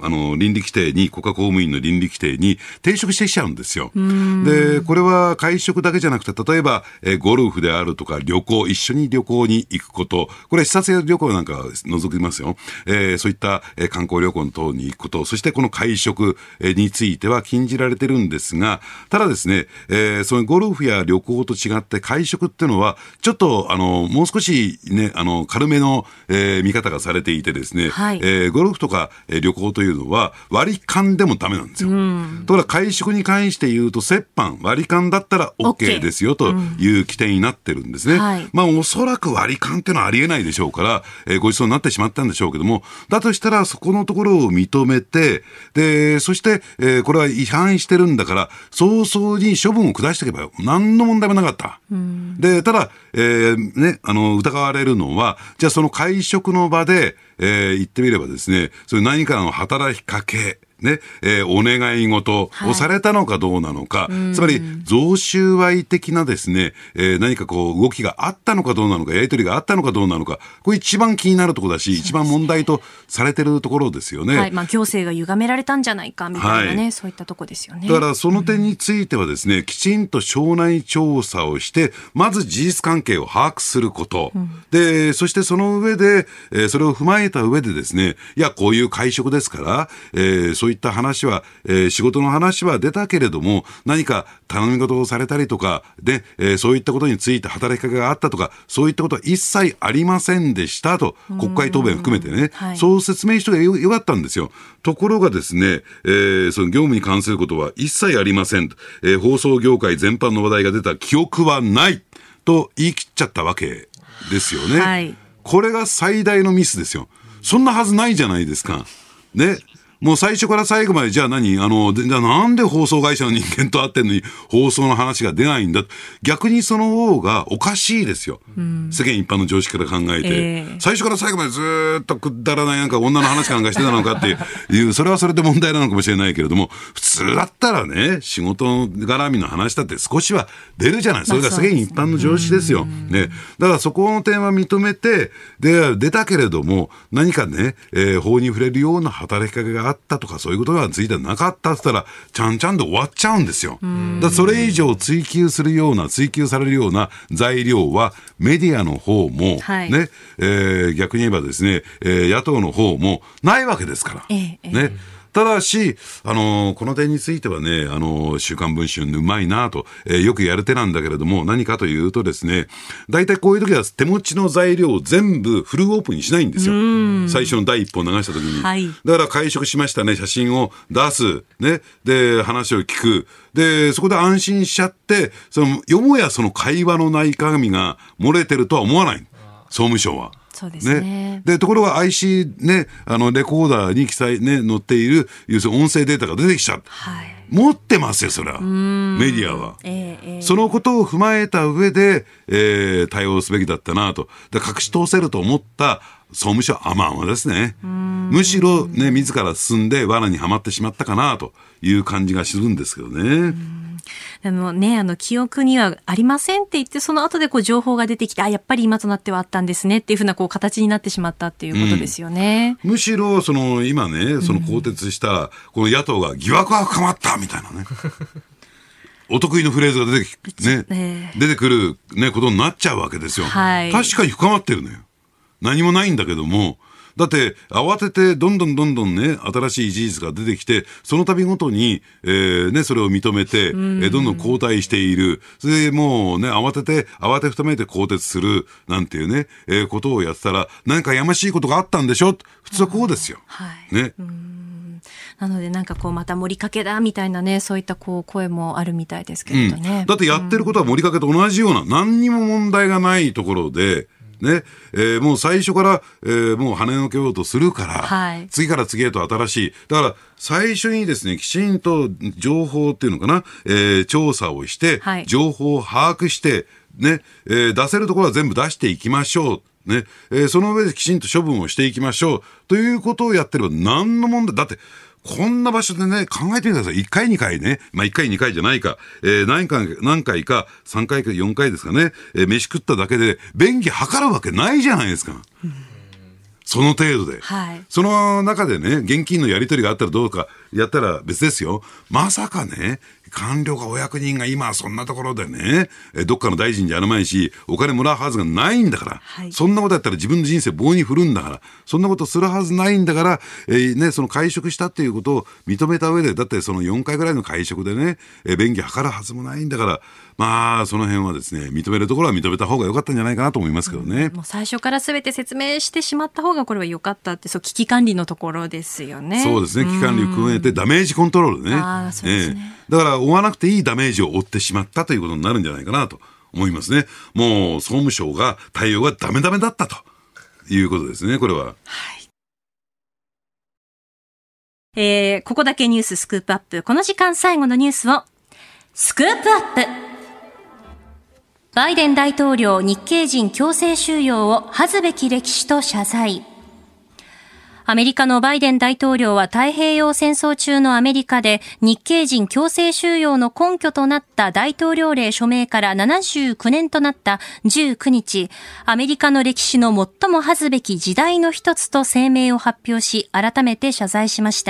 あの倫理規定に、国家公務員の倫理規定に抵触してきちゃうんですよ。で、これは会食だけじゃなくて、例えば、えー、ゴルフであるとか旅行、一緒に旅行に行くこと、これは視察旅行なんか除きますよ。えー、そういった、えー、観光旅行等に行くこと、そしてこの会食、えー、については禁じられてるんですが、ただですね、えー、そのゴルフや旅行と違って会食っていうのは、ちょっと、あの、もう少しね、あの、軽めの、えー、見方がされていてですね、はい、えー、ゴルフとか、えー、旅行というのは割り勘でもダメなんですよ。ところが会食に関して言うと、折半、割り勘だったら OK ですよという規定になってるんですね。うん、はい、まあ、おそらく割り勘っていうのはありえないでしょうから、えー、ご馳走になってしまったんでしょうけども、だとしたらそこのところを認めて、で、そして、えー、これは違反してるんだから、早々に処分を下していけば何の問題もなかった。うん、で、ただ、えー、ね、あの、疑われるのは、じゃあその会食の場で、えー、言ってみればですね、それ何かの働きかけ、ね、えー、お願い事をされたのかどうなのか、はい、つまり贈収賄的なですね、えー、何かこう動きがあったのかどうなのか、やり取りがあったのかどうなのか、これ一番気になるところだし、一番問題とされてるところですよね。 はい、まあ行政が歪められたんじゃないかみたいなね、はい、そういったところですよね。 だからその点についてはですね、うん、きちんと省内調査をして、まず事実関係を把握すること、うん、で、そしてその上で、えー、それを踏まえた上でですね、いやこういう会食ですから、えー、そういった話は、えー、仕事の話は出たけれども、何か頼み事をされたりとかで、えー、そういったことについて働きかけがあったとか、そういったことは一切ありませんでしたと、国会答弁含めてね、はい、そう説明してよかったんですよ。ところがですね、えー、その業務に関することは一切ありません、えー、放送業界全般の話題が出た記憶はないと言い切っちゃったわけですよね。はい、これが最大のミスですよ。そんなはずないじゃないですか。ね。もう最初から最後まで、じゃあ何あの、じゃあなんで放送会社の人間と会ってんのに放送の話が出ないんだ。逆にその方がおかしいですよ。うん、世間一般の常識から考えて、えー。最初から最後までずーっとくだらないなんか女の話なんかしてたのかっていう、それはそれで問題なのかもしれないけれども、普通だったらね、仕事絡みの話だって少しは出るじゃない。それが世間一般の常識ですよ。ね。だからそこの点は認めて、で、出たけれども、何かね、えー、法に触れるような働きかけがあったとかそういうことがついてなかったって言ったらちゃんちゃんで終わっちゃうんですよ。だからそれ以上追及するような追及されるような材料はメディアの方も、はいねえー、逆に言えばですね、えー、野党の方もないわけですから、ええねただし、あのー、この点についてはね、あのー、週刊文春うまいなと、えー、よくやる手なんだけれども、何かというとですね、大体こういう時は手持ちの材料を全部フルオープンにしないんですよ。最初の第一歩を流した時に、はい、だから会食しましたね、写真を出す、ね、で話を聞く、でそこで安心しちゃって、そのよもやその会話の中身が漏れてるとは思わない、総務省は。 そうですね。ねでところが アイシー、ね、あのレコーダーに記載、ね、載っている要するに音声データが出てきちゃう、はい、持ってますよそれはメディアは、えーえー、そのことを踏まえた上で、えー、対応すべきだったなと。で隠し通せると思った総務省は甘々ですね。むしろ、ね、自ら進んで罠にはまってしまったかなという感じがするんですけどね。 あのね、あの記憶にはありませんって言ってその後でこう情報が出てきて、あやっぱり今となってはあったんですねっていうふうなこう形になってしまったっていうことですよね。 うん、むしろその今ねその更迭したこの野党が疑惑が深まったみたいなねお得意のフレーズが出てき、ねえー、出てくる、ね、ことになっちゃうわけですよ。はい、確かに深まってるのよ。何もないんだけども、だって慌ててどんどんどんどんね新しい事実が出てきて、その度ごとに、えーね、それを認めて、えー、どんどん後退している。それでもうね慌てて慌てふためいて更迭するなんていうね、えー、ことをやってたら何かやましいことがあったんでしょ。普通はこうですよ、はいね、 うんなのでなんかこうまた盛りかけだみたいなね、そういったこう声もあるみたいですけれどね、 うん、だってやってることは盛りかけと同じような、何にも問題がないところでねえー、もう最初から、えー、もう跳ねのけようとするから、はい、次から次へと新しい、だから最初にですねきちんと情報っていうのかな、えー、調査をして、はい、情報を把握してね、えー、出せるところは全部出していきましょうね、えー、その上できちんと処分をしていきましょうということをやってれば何の問題だって。こんな場所でね考えてみてください。いっかいにかいね、まあいっかいにかいじゃないか、えー、何回何回かさんかいかよんかいですかね、えー、飯食っただけで便宜図るわけないじゃないですか。うん、 その程度で、 はい、 その中でね、現金のやり取りがあったらどうかやったら別ですよ。まさかね、官僚がお役人が今そんなところでね、どっかの大臣じゃあるまいし、お金もらうはずがないんだから、はい、そんなことやったら自分の人生棒に振るんだから、そんなことするはずないんだから、えーね、その会食したっていうことを認めた上で、だってそのよんかいぐらいの会食でね、えー、便宜図るはずもないんだから、まあその辺はですね、認めるところは認めた方が良かったんじゃないかなと思いますけどね。 うん、もう最初から全て説明してしまった方がこれは良かったって、そう危機管理のところですよね。 そうですね、危機管理を加えてダメージコントロールね。 あ、そうですね、 えー、だから負わなくていいダメージを負ってしまったということになるんじゃないかなと思いますね。もう総務省が対応がダメダメだったということですね、これは。はい。 えー、ここだけニューススクープアップ。この時間最後のニュースをスクープアップ。バイデン大統領、日系人強制収容を恥ずべき歴史と謝罪。アメリカのバイデン大統領は太平洋戦争中のアメリカで日系人強制収容の根拠となった大統領令署名からななじゅうきゅうねんとなったじゅうくにち、アメリカの歴史の最も恥ずべき時代の一つと声明を発表し、改めて謝罪しました。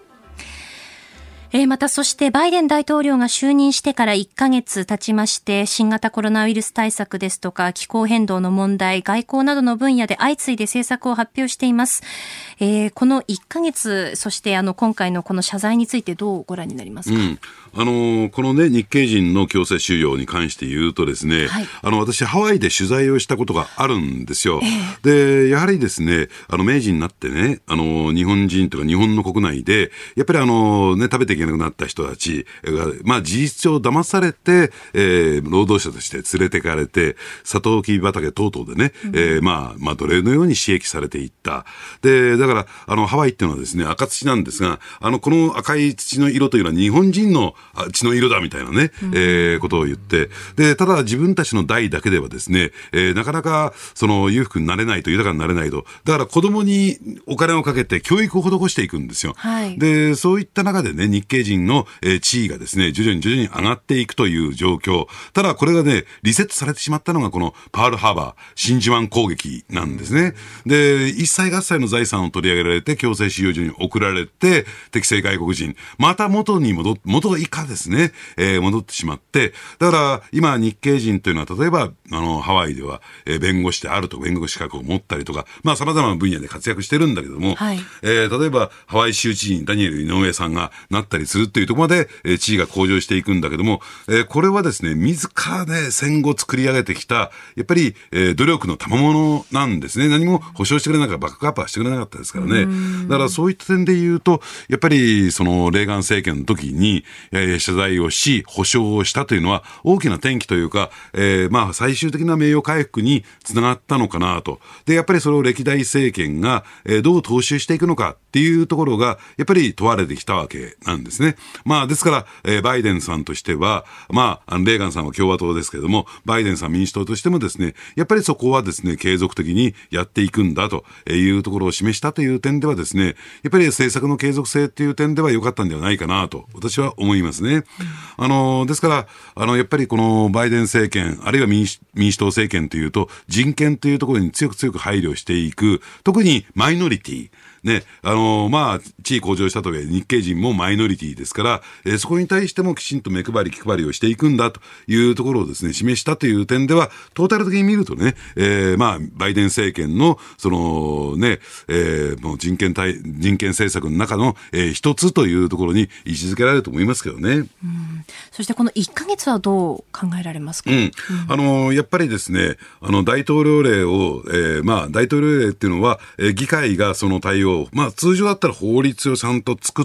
えー、またそしてバイデン大統領が就任してからいっかげつ経ちまして、新型コロナウイルス対策ですとか気候変動の問題、外交などの分野で相次いで政策を発表しています。えー、このいっかげつ、そしてあの今回のこの謝罪についてどうご覧になりますか？うん、 あのー、このね、日系人の強制収容に関して言うとですね、はい、あの私ハワイで取材をしたことがあるんですよ。えー、でやはりですね、あの明治になってね、あの日本人とか日本の国内でやっぱりあのね、食べていけなくなった人たちが、まあ事実上騙されて、えー、労働者として連れてかれて、サトウキビ畑等々でね、うん、えー、まあまあ奴隷のように刺激されていった。でだからあのハワイっていうのはですね、赤土なんですが、あのこの赤い土の色というのは日本人の血の色だみたいなね、うん、えー、ことを言って、でただ自分たちの代だけではですね、えー、なかなかその裕福になれないと、豊かになれないと、だから子供にお金をかけて教育を施していくんですよ。はい、でそういった中でね、日系人のえー、地位がですね、徐々に徐々に上がっていくという状況。ただこれがね、リセットされてしまったのがこのパールハーバー、真珠湾攻撃なんですね。で、一切合切の財産を取り上げられて、強制収容所に送られて、適正外国人、また元に戻っ、元以下ですね、えー、戻ってしまって、だから今日系人というのは、例えば、あの、ハワイでは、えー、弁護士であるとか、弁護士資格を持ったりとか、まあ様々な分野で活躍してるんだけども、はい、えー、例えば、ハワイ州知事にダニエル井上さんがなったりするというところまで、えー、地位が向上していくんだけども、えー、これはですね、自らね、戦後作り上げてきた、やっぱり、えー、努力の賜物なんですね。何も保証してくれなかった、バックアップはしてくれなかったですからね。だからそういった点で言うと、やっぱりそのレーガン政権の時に、えー、謝罪をし、保証をしたというのは大きな転機というか、えー、まあ最終的な名誉回復につながったのかなと。で、やっぱりそれを歴代政権が、えー、どう踏襲していくのかっていうところが、やっぱり問われてきたわけなんですね。まあですから、えー、バイデンさんとしては、まあ、レーガンさんは共和党ですけれども、バイデンさん民主党としてもですね、やっぱりそこはですね、継続的にやっていくんだというところを示したという点ではですね、やっぱり政策の継続性っていう点では良かったんではないかなと、私は思いますね。うん、あの、ですから、あの、やっぱりこのバイデン政権、あるいは民主、民主党政権というと、人権というところに強く強く配慮していく、特にマイノリティ、ね、あのー、まあ、地位向上したとはいえ、日系人もマイノリティですから、えー、そこに対してもきちんと目配り、気配りをしていくんだというところをですね、示したという点では、トータル的に見るとね、えー、まあ、バイデン政権の、その、ね、えー、もう人権対、人権政策の中の、えー、一つというところに位置づけられると思いますけどね。うん、 そしてこのいっかげつはどう考えられますか？ うん。うん、あのー、やっぱりですね、あの、大統領令を、えー、まあ、大統領令っていうのは、えー、議会がその対応、まあ通常だったら法律をちゃんと作って、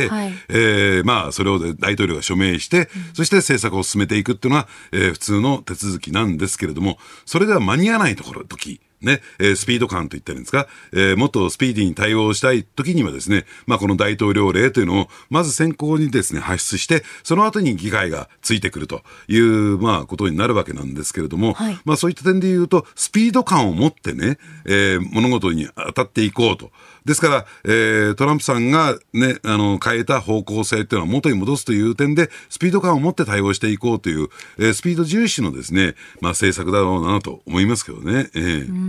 はい、えー、まあそれを大統領が署名して、うん、そして政策を進めていくっていうのは、えー、普通の手続きなんですけれども、それでは間に合わないところ、時。ね、えー、スピード感といったらいいんですか、えー、もっとスピーディーに対応したい時にはですね、まあこの大統領令というのをまず先行にですね発出して、その後に議会がついてくるというまあことになるわけなんですけれども、はい、まあそういった点で言うとスピード感を持ってね、えー、物事に当たっていこうと。ですから、えー、トランプさんがね、あの、変えた方向性っていうのは元に戻すという点で、スピード感を持って対応していこうという、えー、スピード重視のですね、まあ政策だろうなと思いますけどね。えー、 うん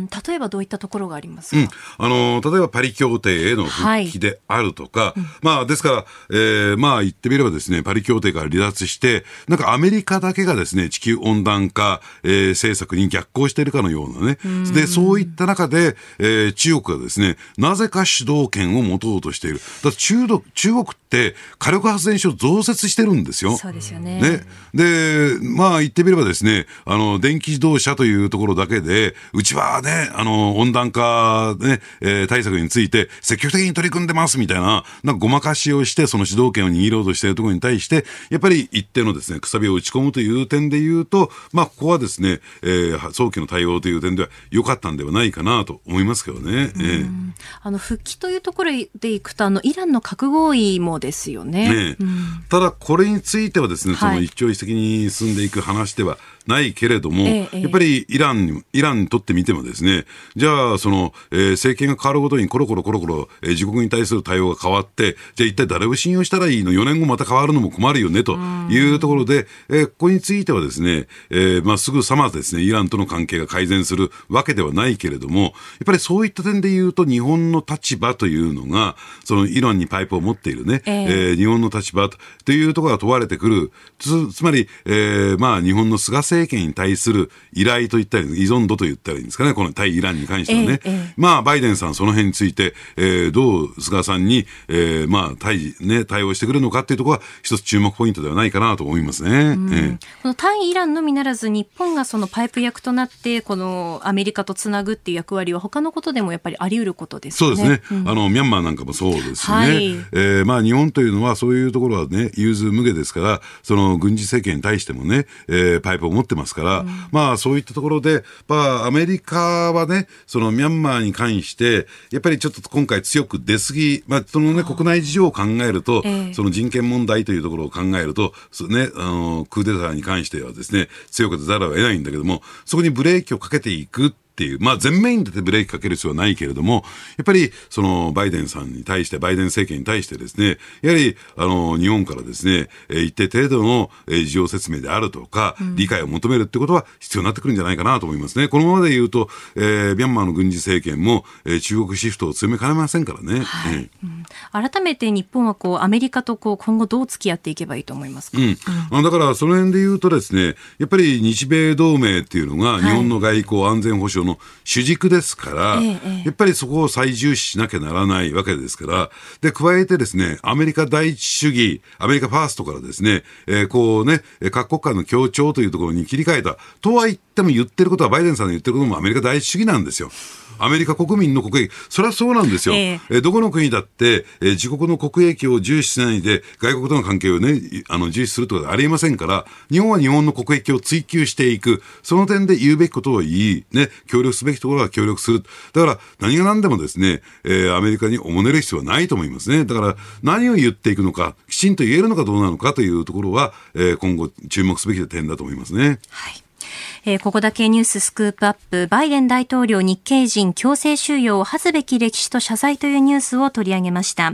例えばどういったところがありますか？ うん、あの例えばパリ協定への復帰であるとか、はい、まあ、ですから、えー、まあ言ってみればですね、パリ協定から離脱してなんかアメリカだけがですね地球温暖化、えー、政策に逆行しているかのようなね、でそういった中で、えー、中国がですねなぜか主導権を持とうとしている。だって中国、中国って火力発電所を増設してるんですよ。 そうですよね。 ね、でまあ言ってみればですね、あの電気自動車というところだけでうちはね、あの温暖化、ねえー、対策について積極的に取り組んでますみたいな、なんかごまかしをしてその主導権を握ろうとしているところに対してやっぱり一定のですねくさびを打ち込むという点でいうと、まあここはですね、えー、早期の対応という点では良かったんではないかなと思いますけどね。えー、 あの復帰というところでいくと、あのイランの核合意もですよね。ね、 うん、ただこれについてはですね、その一朝一夕に進んでいく話ではないけれども、ええ、やっぱりイランに、イランにとってみてもですね、じゃあその、えー、政権が変わるごとにコロコロコロコロ、えー、自国に対する対応が変わって、じゃあ一体誰を信用したらいいの、よねんごまた変わるのも困るよねというところで、えー、ここについてはですね、えーまあ、すぐさまですねイランとの関係が改善するわけではないけれども、やっぱりそういった点で言うと日本の立場というのがそのイランにパイプを持っているね、えーえー、日本の立場というところが問われてくる。 つ, つまり、えーまあ、日本の菅政権に対する依頼といったり依存度と言ったらいいんですかね、この対イランに関してはね、えーえー、まあバイデンさんその辺について、えー、どう菅さんに、えー、まあ 対, ね、対応してくるのかっていうところは一つ注目ポイントではないかなと思いますね。えー、 この対イランのみならず日本がそのパイプ役となってこのアメリカとつなぐっていう役割は他のことでもやっぱりあり得ることですよね。 そうですね、うん、あのミャンマーなんかもそうですしね、はい、えー、まあ日本というのはそういうところはね融通無碍ですから、その軍事政権に対してもね、えー、パイプを持ってますから、うん、まあそういったところで、まあアメリカはね、そのミャンマーに関してやっぱりちょっと今回強く出過ぎ、まあそのね国内事情を考えると、えー、その人権問題というところを考えると、ね、あのクーデターに関してはですね強く出ざるを得ないんだけども、そこにブレーキをかけていくっていう、まあ全面に出てブレーキかける必要はないけれども、やっぱりそのバイデンさんに対してバイデン政権に対してですね、やはりあの日本からですね一定程度の事情説明であるとか、うん、理解を求めるってことは必要になってくるんじゃないかなと思いますね。このままで言うと、えー、ミャンマーの軍事政権も、えー、中国シフトを強めかねませんからね。はい、 えーうん、改めて日本はこうアメリカとこう今後どう付き合っていけばいいと思いますか？うんうん、だからその辺で言うとですね、やっぱり日米同盟っていうのが日本の外交、はい、安全保障の主軸ですから、ええ、やっぱりそこを最重視しなきゃならないわけですから、で加えてですねアメリカ第一主義、アメリカファーストからですね、えー、こうね各国間の協調というところに切り替えたとは言っても、言ってることはバイデンさんの言ってることもアメリカ第一主義なんですよ。アメリカ国民の国益、それはそうなんですよ。えー、えどこの国だって、えー、自国の国益を重視しないで外国との関係をね、あの重視するということはありえませんから、日本は日本の国益を追求していく。その点で言うべきことを言い、ね、協力すべきところは協力する。だから何が何でもですね、えー、アメリカにおもねる必要はないと思いますね。だから何を言っていくのか、きちんと言えるのかどうなのかというところは、えー、今後注目すべき点だと思いますね。 はい。えー、ここだけニューススクープアップ、バイデン大統領日系人強制収容を恥ずべき歴史と謝罪というニュースを取り上げました。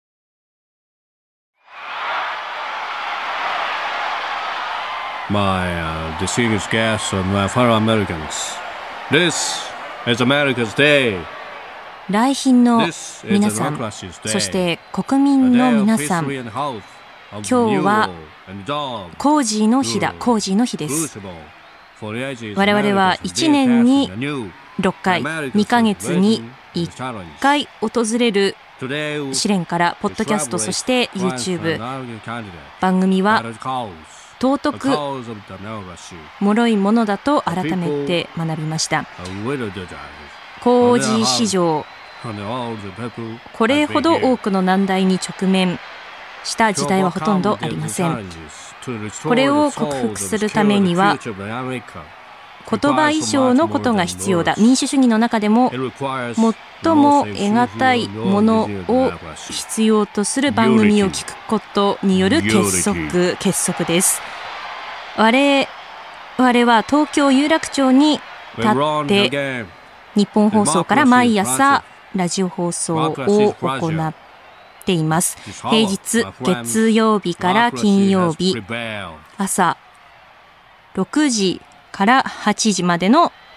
My uh, distinguished guests and my fellow Americans, this is America's day. 来賓の皆さん、そして国民の皆さん、今日はコージーの日だ、コージーの日です。我々はいちねんにろっかい、にかげつにいっかい訪れる試練からポッドキャスト、そして YouTube 番組は尊く脆いものだと改めて学びました。コージー史上これほど多くの難題に直面した時代はほとんどありません。これを克服するためには言葉以上のことが必要だ。民主主義の中でも最も得難いものを必要とする番組を聞くことによる結束結束です。我々は東京有楽町に立って日本放送から毎朝ラジオ放送を行っています。平日月曜日から金曜日朝ろくじからはちじまでの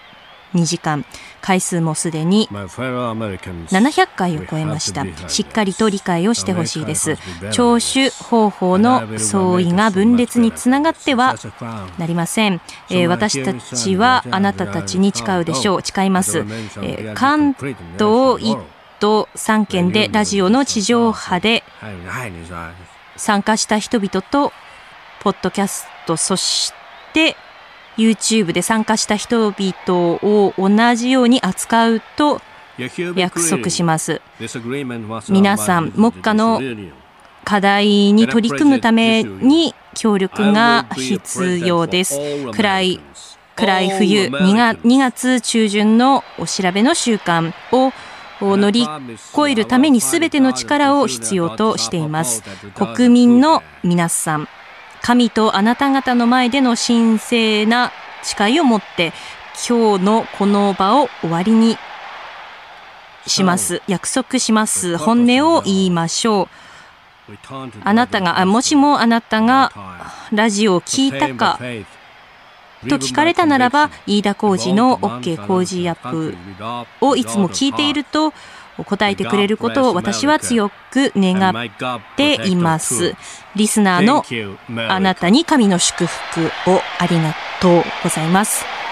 にじかん、回数もすでにななひゃっかいを超えました。しっかりと理解をしてほしいです。聴取方法の相違が分裂につながってはなりません。えー、私たちはあなたたちに誓うでしょう。誓います。えー、関東いっ都さんけんでラジオの地上波で参加した人々とポッドキャスト、そして YouTube で参加した人々を同じように扱うと約束します。皆さん、目下の課題に取り組むために協力が必要です。暗い暗い冬にがつ中旬のお調べの週間を乗り越えるために全ての力を必要としています。国民の皆さん、神とあなた方の前での神聖な誓いをもって今日のこの場を終わりにします。約束します。本音を言いましょう。あなたが、もしもあなたがラジオを聞いたかと聞かれたならば、飯田浩司の OK 工事アップをいつも聞いていると答えてくれることを私は強く願っています。リスナーのあなたに神の祝福をありがとうございます。